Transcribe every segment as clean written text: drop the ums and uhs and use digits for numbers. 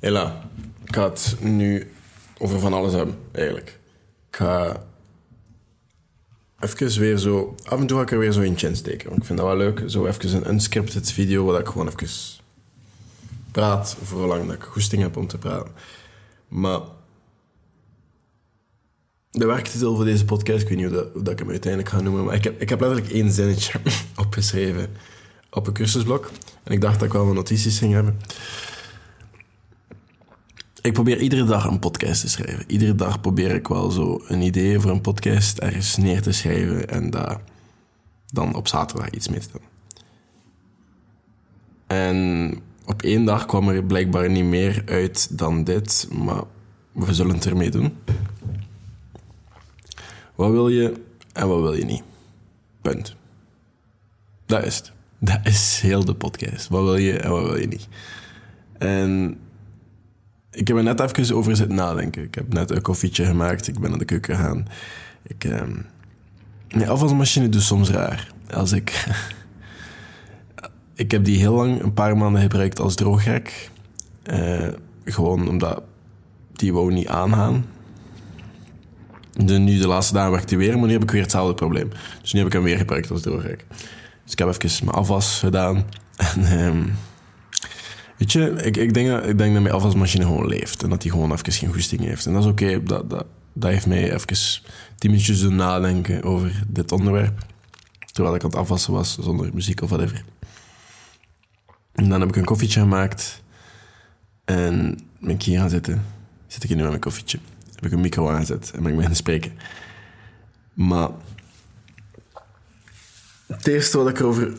Hela, ik ga het nu over van alles hebben, eigenlijk. Ik ga even weer zo... Af en toe ga ik er weer zo eentje in steken. Want ik vind dat wel leuk. Zo even een unscripted video waar ik gewoon even praat voor hoe lang dat ik goesting heb om te praten. Maar de werktitel voor deze podcast, ik weet niet hoe dat ik hem uiteindelijk ga noemen, maar ik heb letterlijk 1 zinnetje opgeschreven op een cursusblok. En ik dacht dat ik wel mijn notities ging hebben. Ik probeer iedere dag een podcast te schrijven. Iedere dag probeer ik wel zo een idee voor een podcast ergens neer te schrijven en daar dan op zaterdag iets mee te doen. En op 1 dag kwam er blijkbaar niet meer uit dan dit, maar we zullen het ermee doen. Wat wil je en wat wil je niet? Punt. Dat is het. Dat is heel de podcast. Wat wil je en wat wil je niet? En ik heb er net even over zitten nadenken. Ik heb net een koffietje gemaakt. Ik ben naar de keuken gegaan. Mijn afwasmachine doet soms raar. Ik heb die heel lang, een paar maanden gebruikt als droogrek. Gewoon omdat die wou niet aangaan. Nu de laatste dagen werkt die weer, maar nu heb ik weer hetzelfde probleem. Dus nu heb ik hem weer gebruikt als droogrek. Dus ik heb even mijn afwas gedaan. En weet je, ik denk dat mijn afwasmachine gewoon leeft. En dat die gewoon even geen goesting heeft. En dat is oké. Dat heeft mij even 10 minuutjes doen nadenken over dit onderwerp. Terwijl ik aan het afwassen was, zonder muziek of whatever. En dan heb ik een koffietje gemaakt. En ben ik hier gaan zitten. Zit ik hier nu aan mijn koffietje. Heb ik een micro aangezet en ben ik beginnen spreken. Maar het eerste wat ik erover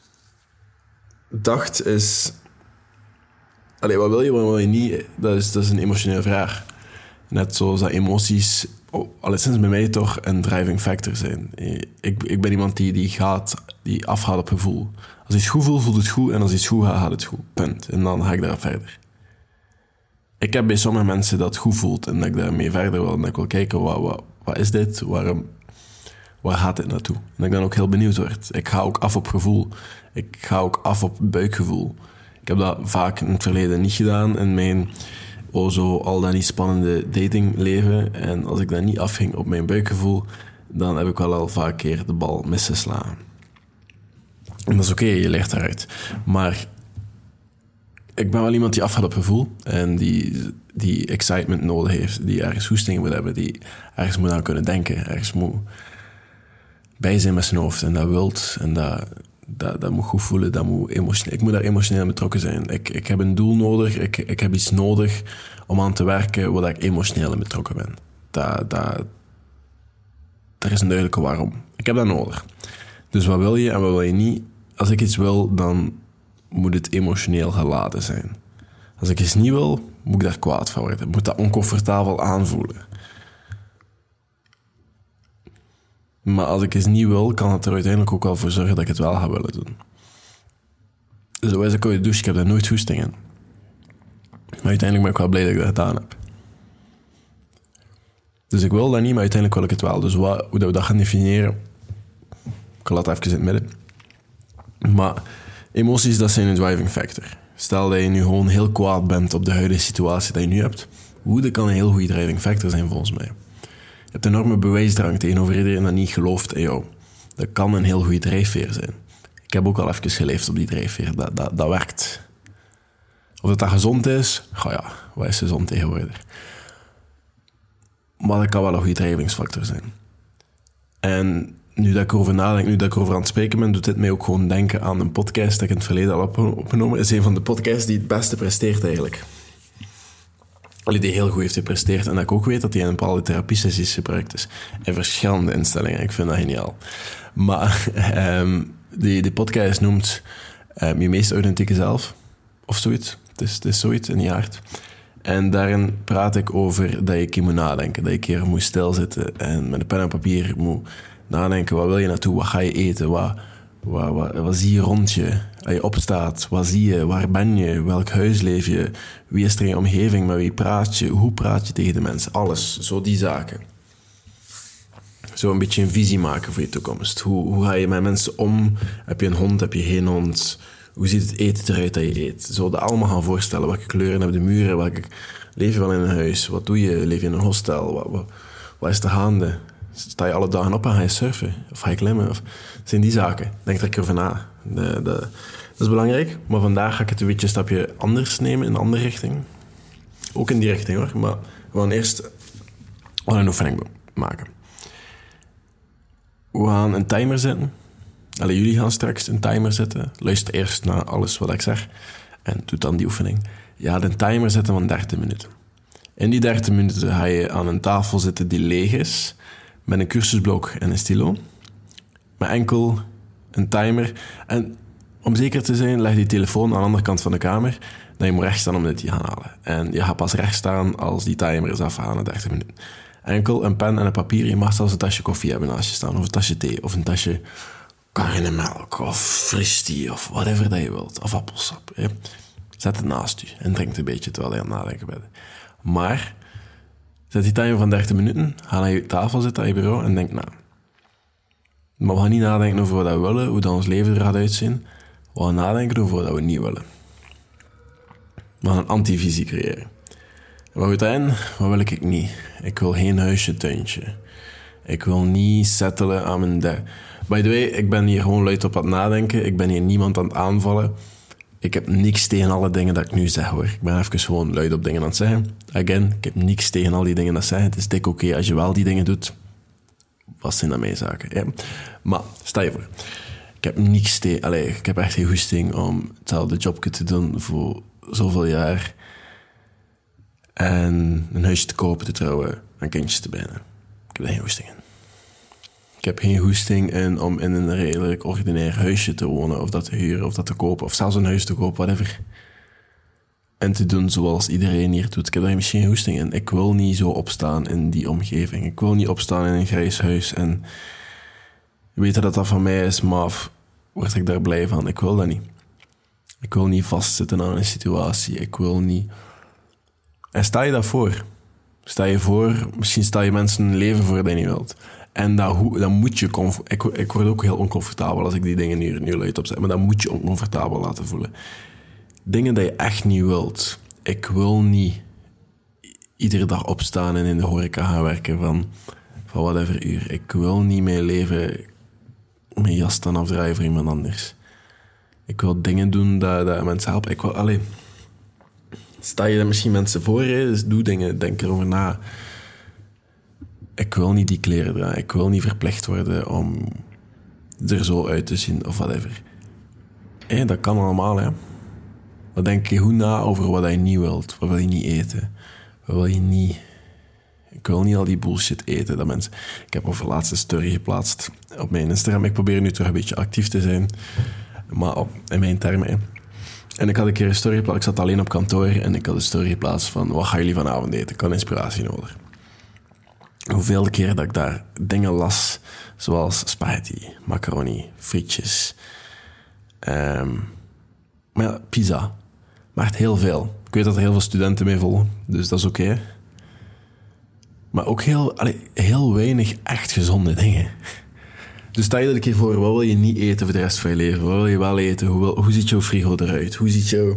dacht is... wat wil je, wat wil je niet? Dat is een emotionele vraag. Net zoals dat emoties, alleszins bij mij toch, een driving factor zijn. Ik ben iemand die afgaat op gevoel. Als iets goed voelt, voelt het goed. En als iets goed gaat, gaat het goed. Punt. En dan ga ik daar verder. Ik heb bij sommige mensen dat het goed voelt en dat ik daarmee verder wil. En dat ik wil kijken, wat is dit? Waar gaat dit naartoe? En dat ik dan ook heel benieuwd word. Ik ga ook af op gevoel. Ik ga ook af op buikgevoel. Ik heb dat vaak in het verleden niet gedaan in mijn al dan niet spannende datingleven. En als ik dan niet afging op mijn buikgevoel, dan heb ik wel al vaak keer de bal misgeslagen. En dat is oké, je leert daaruit. Maar ik ben wel iemand die afgaat op gevoel en die excitement nodig heeft, die ergens goesting moet hebben, die ergens moet aan kunnen denken, ergens moet bij zijn met zijn hoofd en dat wilt en dat moet goed voelen, dat moet emotioneel. Ik moet daar emotioneel betrokken zijn. Ik heb een doel nodig, ik heb iets nodig om aan te werken waar ik emotioneel in betrokken ben. Er is een duidelijke waarom. Ik heb dat nodig. Dus wat wil je en wat wil je niet? Als ik iets wil, dan moet het emotioneel geladen zijn. Als ik iets niet wil, moet ik daar kwaad van worden. Moet dat oncomfortabel aanvoelen. Maar als ik iets niet wil, kan het er uiteindelijk ook wel voor zorgen dat ik het wel ga willen doen. Zo is ik uit de douche, ik heb daar nooit goesting in. Maar uiteindelijk ben ik wel blij dat ik dat gedaan heb. Dus ik wil dat niet, maar uiteindelijk wil ik het wel. Dus hoe we dat gaan definiëren, ik laat het even in het midden. Maar emoties, dat zijn een driving factor. Stel dat je nu gewoon heel kwaad bent op de huidige situatie die je nu hebt. Woede kan een heel goede driving factor zijn volgens mij. Je hebt een enorme bewijsdrang tegenover iedereen dat niet gelooft in jou. Dat kan een heel goede drijfveer zijn. Ik heb ook al even geleefd op die drijfveer. Dat werkt. Of dat gezond is? Goh ja, wat is gezond tegenwoordig? Maar dat kan wel een goede drijvingsfactor zijn. En nu dat ik erover nadenk, nu dat ik erover aan het spreken ben, doet dit mij ook gewoon denken aan een podcast dat ik in het verleden al heb opgenomen. Het is een van de podcasts die het beste presteert eigenlijk. Die heel goed heeft gepresteerd. En dat ik ook weet dat die in een bepaalde therapiesessies gebruikt is. In verschillende instellingen. Ik vind dat geniaal. Maar die podcast noemt Je meest authentieke zelf. Of zoiets. Het is zoiets in je hart. En daarin praat ik over dat je een keer moet nadenken. Dat je een keer moet stilzitten en met een pen en papier moet nadenken. Wat wil je naartoe? Wat ga je eten? Wat zie je rond je? Als je opstaat, wat zie je? Waar ben je? Welk huis leef je? Wie is er in je omgeving? Met wie praat je? Hoe praat je tegen de mensen? Alles, zo die zaken. Zo een beetje een visie maken voor je toekomst. Hoe ga je met mensen om? Heb je een hond? Heb je geen hond? Hoe ziet het eten eruit dat je eet? Zo dat allemaal gaan voorstellen. Welke kleuren hebben de muren? Leef je wel in een huis? Wat doe je? Leef je in een hostel? Wat is er gaande? Sta je alle dagen op en ga je surfen? Of ga je klimmen? Of zijn die zaken? Denk er een keer over na. Dat is belangrijk. Maar vandaag ga ik het een beetje een stapje anders nemen, in een andere richting. Ook in die richting hoor. Maar we gaan eerst een oefening maken. We gaan een timer zetten. Jullie gaan straks een timer zetten. Luister eerst naar alles wat ik zeg. En doe dan die oefening. Je gaat een timer zetten van 30 minuten. In die 30 minuten ga je aan een tafel zitten die leeg is. Met een cursusblok en een stilo. Met enkel een timer. En om zeker te zijn, leg die telefoon aan de andere kant van de kamer. Dan je moet recht staan om dit te gaan halen. En je gaat pas recht staan als die timer is afgegaan na 30 minuten. Enkel een pen en een papier. Je mag zelfs een tasje koffie hebben naast je staan. Of een tasje thee. Of een tasje karnemelk. Of fristie. Of whatever dat je wilt. Of appelsap. Hè. Zet het naast u. En drink een beetje terwijl je aan het nadenken bent. Maar zet die timer van 30 minuten. Ga naar je tafel zitten, aan je bureau. En denk na. Maar we gaan niet nadenken over wat we willen. Hoe dat ons leven er gaat uitzien. We gaan nadenken over wat we niet willen. We gaan een antivisie creëren. Wat houdt dat in? Wat wil ik niet? Ik wil geen huisje, tuintje. Ik wil niet settelen aan mijn... By the way, ik ben hier gewoon luid op aan het nadenken. Ik ben hier niemand aan het aanvallen. Ik heb niks tegen alle dingen dat ik nu zeg, hoor. Ik ben even gewoon luid op dingen aan het zeggen. Again, ik heb niks tegen al die dingen dat zeggen. Het is dik oké als je wel die dingen doet. Wat zijn dat mijn zaken? Ja. Maar, stel je voor. Ik heb niks tegen... ik heb echt geen goesting om hetzelfde jobje te doen voor zoveel jaar. En een huisje te kopen, te trouwen en kindjes te bijnen. Ik heb daar geen goesting in. Ik heb geen goesting om in een redelijk ordinair huisje te wonen, of dat te huren, of dat te kopen, of zelfs een huis te kopen, whatever. En te doen zoals iedereen hier doet. Ik heb daar misschien geen goesting in. Ik wil niet zo opstaan in die omgeving. Ik wil niet opstaan in een grijs huis en weten dat dat van mij is, maar word ik daar blij van. Ik wil dat niet. Ik wil niet vastzitten aan een situatie. Ik wil niet... En sta je dat voor? Sta je voor... Misschien sta je mensen een leven voor dat je niet wilt. En dan moet je... Ik word ook heel oncomfortabel als ik die dingen nu luid opzet. Maar dan moet je oncomfortabel laten voelen. Dingen dat je echt niet wilt. Ik wil niet iedere dag opstaan en in de horeca gaan werken van whatever uur. Ik wil niet mijn leven mijn jas staan afdraaien voor iemand anders. Ik wil dingen doen dat mensen helpen. Ik wil... Sta je er misschien mensen voor, hè? Dus doe dingen, denk erover na. Ik wil niet die kleren dragen. Ik wil niet verplicht worden om er zo uit te zien of whatever. Dat kan allemaal, hè. Maar denk je goed na over wat je niet wilt. Wat wil je niet eten? Wat wil je niet... Ik wil niet al die bullshit eten dat mensen... Ik heb over laatst een story geplaatst op mijn Instagram. Ik probeer nu toch een beetje actief te zijn. Maar in mijn termen, hè. En ik had een keer een story geplaatst. Ik zat alleen op kantoor en ik had een story geplaatst van... Wat gaan jullie vanavond eten? Ik had inspiratie nodig. Hoeveel keer dat ik daar dingen las, zoals spaghetti, macaroni, frietjes. Maar ja, pizza. Maar echt heel veel. Ik weet dat er heel veel studenten mee volgen, dus dat is oké. Maar ook heel weinig echt gezonde dingen. Dus stel je er een keer voor, wat wil je niet eten voor de rest van je leven? Wat wil je wel eten? Hoe ziet jouw frigo eruit? Hoe ziet jouw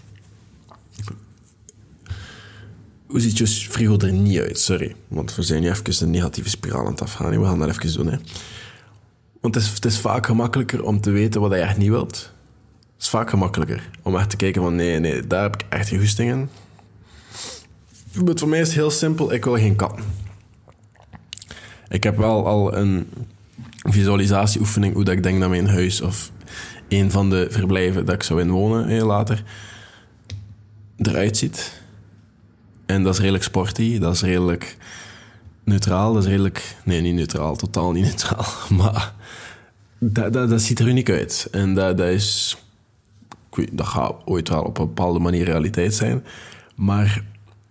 frigo er niet uit? Sorry, want we zijn nu even een negatieve spiraal aan het afgaan. We gaan dat even doen, hè. Want het is vaak gemakkelijker om te weten wat je echt niet wilt. Het is vaak gemakkelijker om echt te kijken van nee, daar heb ik echt geen goesting in. Bijvoorbeeld voor mij is het heel simpel, ik wil geen kat. Ik heb wel al een visualisatieoefening hoe dat ik denk dat mijn huis of een van de verblijven dat ik zou inwonen later eruit ziet. En dat is redelijk sporty, dat is redelijk neutraal, dat is redelijk... Nee, niet neutraal, totaal niet neutraal. Maar dat ziet er uniek uit. En dat is... Dat gaat ooit wel op een bepaalde manier realiteit zijn. Maar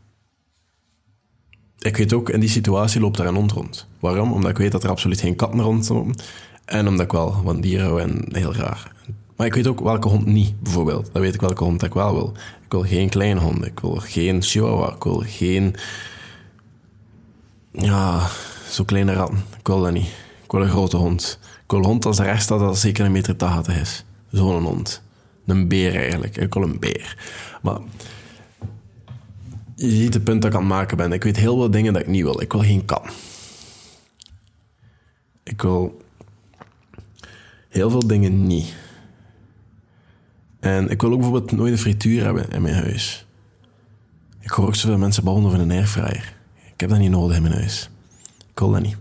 ik weet ook, in die situatie loopt daar een hond rond. Waarom? Omdat ik weet dat er absoluut geen katten rondlopen. En omdat ik wel van dieren hou en heel graag. Maar ik weet ook welke hond niet, bijvoorbeeld. Dan weet ik welke hond ik wel wil. Ik wil geen kleine honden. Ik wil geen chihuahua. Ik wil geen... Ja, zo'n kleine rat. Ik wil dat niet. Ik wil een grote hond. Ik wil een hond als er recht staat dat zeker 1,80 meter is. Zo'n hond. Een beer eigenlijk. Ik wil een beer. Maar je ziet het punt dat ik aan het maken ben. Ik weet heel veel dingen dat ik niet wil. Ik wil geen kan. Ik wil heel veel dingen niet. En ik wil ook bijvoorbeeld nooit een frituur hebben in mijn huis. Ik hoor ook zoveel mensen babbelen over een airfryer. Ik heb dat niet nodig in mijn huis. Ik wil dat niet.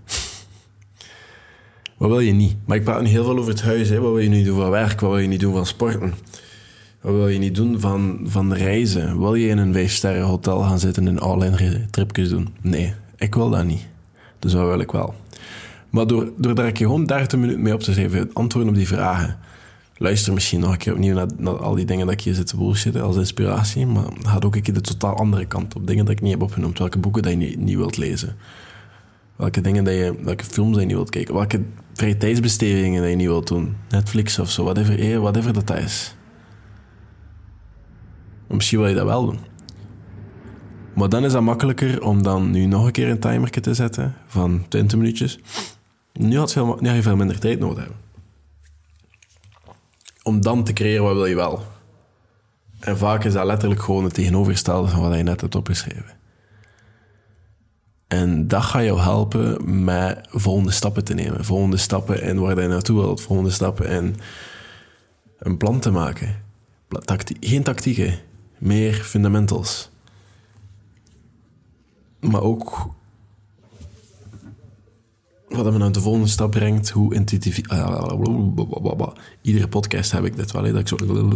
Wat wil je niet? Maar ik praat nu heel veel over het huis. Hè. Wat wil je nu doen van werk? Wat wil je niet doen van sporten? Wat wil je niet doen van reizen? Wil je in een 5-sterren hotel gaan zitten en all-in tripjes doen? Nee, ik wil dat niet. Dus wat wil ik wel? Maar door daar gewoon 30 minuten mee op te schrijven, antwoorden op die vragen. Luister misschien nog een keer opnieuw naar al die dingen dat ik hier zit te bullshitten als inspiratie. Maar gaat ook een keer de totaal andere kant op. Dingen dat ik niet heb opgenoemd. Welke boeken dat je niet wilt lezen. Welke films dat je niet wilt kijken. Welke vrije tijdsbestedingen dat je niet wilt doen. Netflix of zo. Whatever dat is. Maar misschien wil je dat wel doen. Maar dan is dat makkelijker om dan nu nog een keer een timertje te zetten van 20 minuutjes. Nu had je veel minder tijd nodig hebben. Om dan te creëren wat wil je wel. En vaak is dat letterlijk gewoon het tegenovergestelde van wat je net hebt opgeschreven. En dat gaat jou helpen met volgende stappen te nemen. Volgende stappen in waar je naartoe wilt. Volgende stappen in een plan te maken. Geen tactieken, meer fundamentals. Maar ook wat me naar de volgende stap brengt, hoe intuïtief... Iedere podcast heb ik dit wel, dat ik zo...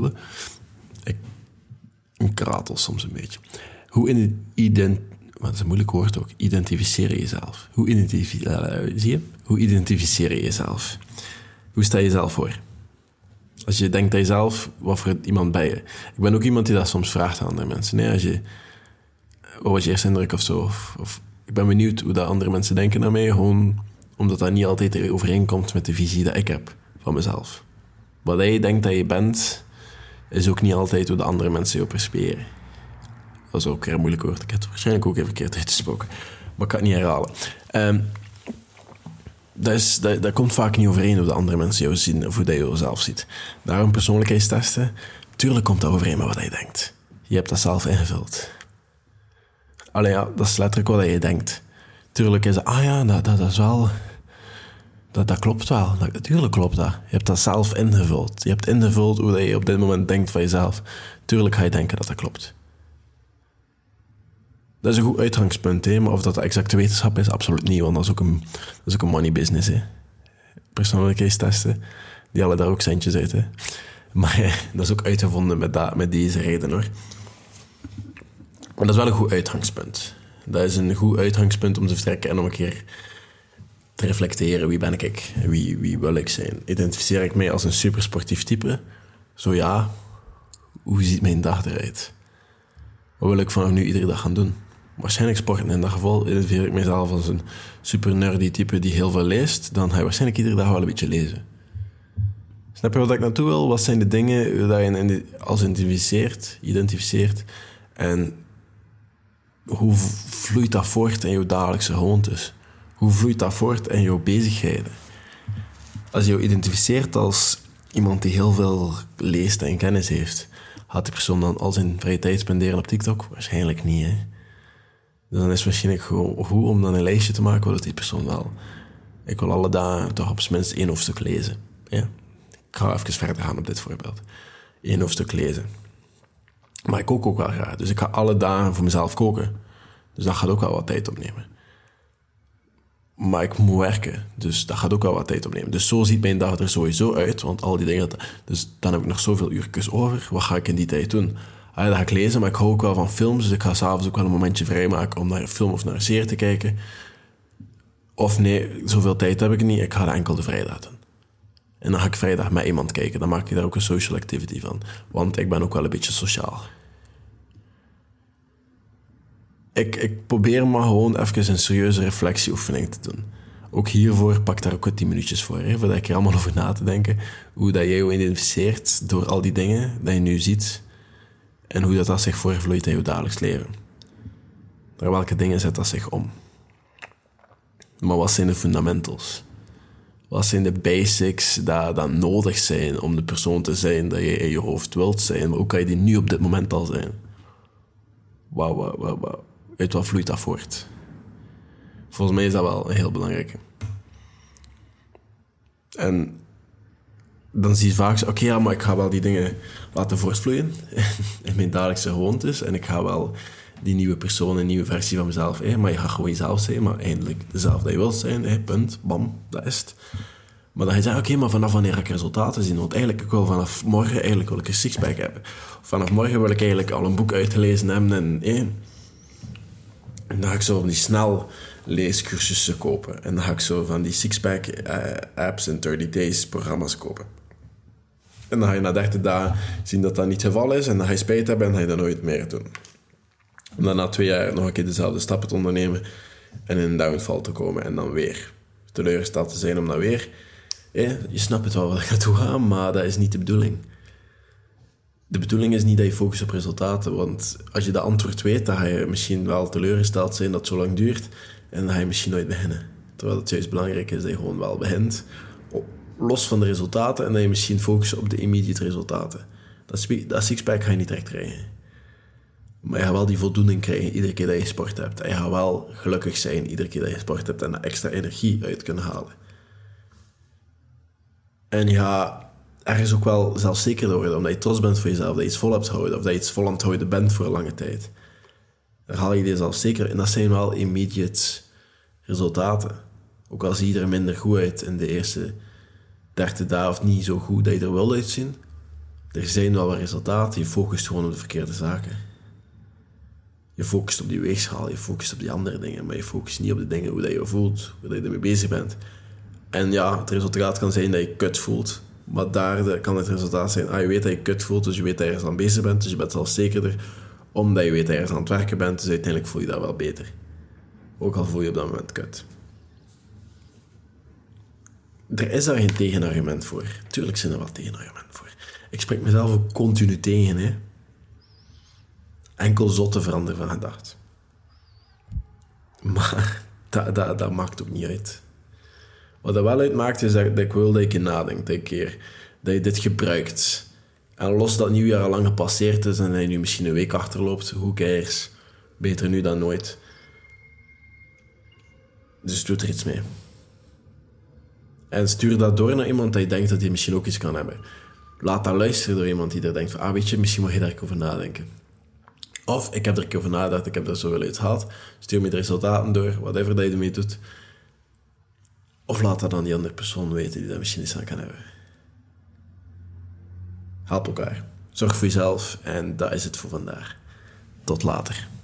Ik kratel soms een beetje. Dat is een moeilijk woord ook. Identificeer je jezelf. Hoe identificeer je jezelf? Hoe sta je jezelf voor? Als je denkt aan jezelf, wat voor iemand ben je? Ik ben ook iemand die dat soms vraagt aan andere mensen. Nee, wat was je eerste indruk of zo? Of ik ben benieuwd hoe dat andere mensen denken naar mij. Gewoon omdat dat niet altijd overeenkomt met de visie dat ik heb van mezelf. Wat jij denkt dat je bent, is ook niet altijd hoe de andere mensen je percepiëren. Dat is ook een moeilijk woord. Ik heb het waarschijnlijk ook even verkeerd uitgesproken. Maar ik kan het niet herhalen. Dat komt vaak niet overeen hoe de andere mensen jou zien of hoe dat je jezelf ziet. Daarom persoonlijkheidstesten. Tuurlijk komt dat overeen met wat je denkt. Je hebt dat zelf ingevuld. Allee ja, dat is letterlijk wat je denkt. Tuurlijk is het, dat is wel... Dat klopt wel. Tuurlijk klopt dat. Je hebt dat zelf ingevuld. Je hebt ingevuld hoe dat je op dit moment denkt van jezelf. Tuurlijk ga je denken dat dat klopt. Dat is een goed uitgangspunt, hè? Maar of dat de exacte wetenschap is, absoluut niet. Want dat is ook een money business. Hè? Persoonlijkheidstesten, die halen daar ook centjes uit. Hè? Maar dat is ook uitgevonden met deze reden, hoor. Maar dat is wel een goed uitgangspunt. Dat is een goed uitgangspunt om te vertrekken en om een keer te reflecteren. Wie ben ik? Wie wil ik zijn? Identificeer ik mij als een supersportief type? Zo ja. Hoe ziet mijn dag eruit? Wat wil ik vanaf nu iedere dag gaan doen? Waarschijnlijk sporten. In dat geval identificeer ik mezelf als een super nerdy type die heel veel leest. Dan ga je waarschijnlijk iedere dag wel een beetje lezen. Snap je wat ik naartoe wil? Wat zijn de dingen dat je als identificeert? En hoe vloeit dat voort in jouw dagelijkse gewoontes? Hoe vloeit dat voort in jouw bezigheden? Als je jou identificeert als iemand die heel veel leest en kennis heeft, gaat die persoon dan al zijn vrije tijd spenderen op TikTok? Waarschijnlijk niet, hè. Dus dan is het waarschijnlijk gewoon goed om dan een lijstje te maken wat doet die persoon wel. Ik wil alle dagen toch op zijn minst 1 hoofdstuk lezen. Ja? Ik ga even verder gaan op dit voorbeeld. 1 hoofdstuk lezen. Maar ik kook ook wel graag. Dus ik ga alle dagen voor mezelf koken. Dus dat gaat ook wel wat tijd opnemen. Maar ik moet werken. Dus dat gaat ook wel wat tijd opnemen. Dus zo ziet mijn dag er sowieso uit. Want al die dingen... Dus dan heb ik nog zoveel uurtjes over. Wat ga ik in die tijd doen? Dan ga ik lezen, maar ik hou ook wel van films. Dus ik ga s'avonds ook wel een momentje vrijmaken om naar een film of naar een serie te kijken. Of nee, zoveel tijd heb ik niet. Ik ga dat enkel de vrijdag doen. En dan ga ik vrijdag met iemand kijken. Dan maak ik daar ook een social activity van. Want ik ben ook wel een beetje sociaal. Ik probeer maar gewoon even een serieuze reflectieoefening te doen. Ook hiervoor pak daar ook 10 minuutjes voor. Hè, voordat ik er allemaal over na te denken. Hoe dat jij je identificeert door al die dingen dat je nu ziet. En hoe dat zich voorvloeit in je dagelijks leven. Naar welke dingen zet dat zich om? Maar wat zijn de fundamentals? Wat zijn de basics die nodig zijn om de persoon te zijn dat je in je hoofd wilt zijn? Maar hoe kan je die nu op dit moment al zijn? Uit wat vloeit dat voort? Volgens mij is dat wel een heel belangrijke. En dan zie je vaak, oké, maar ik ga wel die dingen laten voortvloeien in mijn dagelijkse gewoontes. En ik ga wel die nieuwe persoon, een nieuwe versie van mezelf. Maar je gaat gewoon jezelf zijn, maar eindelijk dezelfde dat je wilt zijn. Punt, bam, dat is het. Maar dan ga je zeggen, oké, maar vanaf wanneer ga ik resultaten zien? Want eigenlijk, ik wil vanaf morgen wil ik een sixpack hebben. Vanaf morgen wil ik eigenlijk al een boek uitgelezen hebben. En dan ga ik zo van die snel leescursussen kopen. En dan ga ik zo van die sixpack apps en 30 days programma's kopen. En dan ga je na 30 dagen zien dat dat niet het geval is. En dan ga je spijt hebben en dan ga je dat nooit meer doen. Om dan na 2 jaar nog een keer dezelfde stappen te ondernemen. En in een downfall te komen. En dan weer teleurgesteld te zijn om dan weer... je snapt het wel wat ik naartoe ga, maar dat is niet de bedoeling. De bedoeling is niet dat je focust op resultaten. Want als je de antwoord weet, dan ga je misschien wel teleurgesteld zijn dat het zo lang duurt. En dan ga je misschien nooit beginnen. Terwijl het juist belangrijk is dat je gewoon wel begint. Los van de resultaten. En dat je misschien focust op de immediate resultaten. Dat sixpack ga je niet direct krijgen. Maar je gaat wel die voldoening krijgen iedere keer dat je sport hebt. En je gaat wel gelukkig zijn iedere keer dat je sport hebt. En daar extra energie uit kunnen halen. En je gaat ergens ook wel zelfzekerder worden. Omdat je trots bent voor jezelf. Dat je iets vol hebt gehouden. Of dat je iets vol aan het houden bent voor een lange tijd. Daar haal je jezelf zeker. En dat zijn wel immediate resultaten. Ook al zie je er minder goed uit in de eerste 30 dagen. Of niet zo goed dat je er wil uitzien. Er zijn wel wat resultaten. Je focust gewoon op de verkeerde zaken. Je focust op die weegschaal. Je focust op die andere dingen. Maar je focust niet op de dingen hoe dat je voelt. Hoe dat je ermee bezig bent. En ja, het resultaat kan zijn dat je kut voelt. Maar daar kan het resultaat zijn... je weet dat je kut voelt, dus je weet dat je ergens aan bezig bent. Dus je bent zelfzekerder, omdat je weet dat je ergens aan het werken bent. Dus uiteindelijk voel je dat wel beter. Ook al voel je op dat moment kut. Er is daar geen tegenargument voor. Tuurlijk zijn er wel tegenargumenten voor. Ik spreek mezelf ook continu tegen, hè. Enkel zotte veranderen van gedacht. Maar dat maakt ook niet uit. Wat dat wel uitmaakt, is dat ik wil dat je nadenkt. Dat je dit gebruikt. En los dat nieuwjaar al lang gepasseerd is en dat je nu misschien een week achterloopt, who cares? Beter nu dan nooit. Dus doe er iets mee. En stuur dat door naar iemand dat je denkt dat hij misschien ook iets kan hebben. Laat dat luisteren door iemand die er denkt van, weet je, misschien mag je daar over nadenken. Of, ik heb er een keer over nagedacht, ik heb er zo wel uit gehad. Stuur me de resultaten door, whatever dat je ermee doet. Of laat dat aan die andere persoon weten die daar misschien iets aan kan hebben. Help elkaar. Zorg voor jezelf en dat is het voor vandaag. Tot later.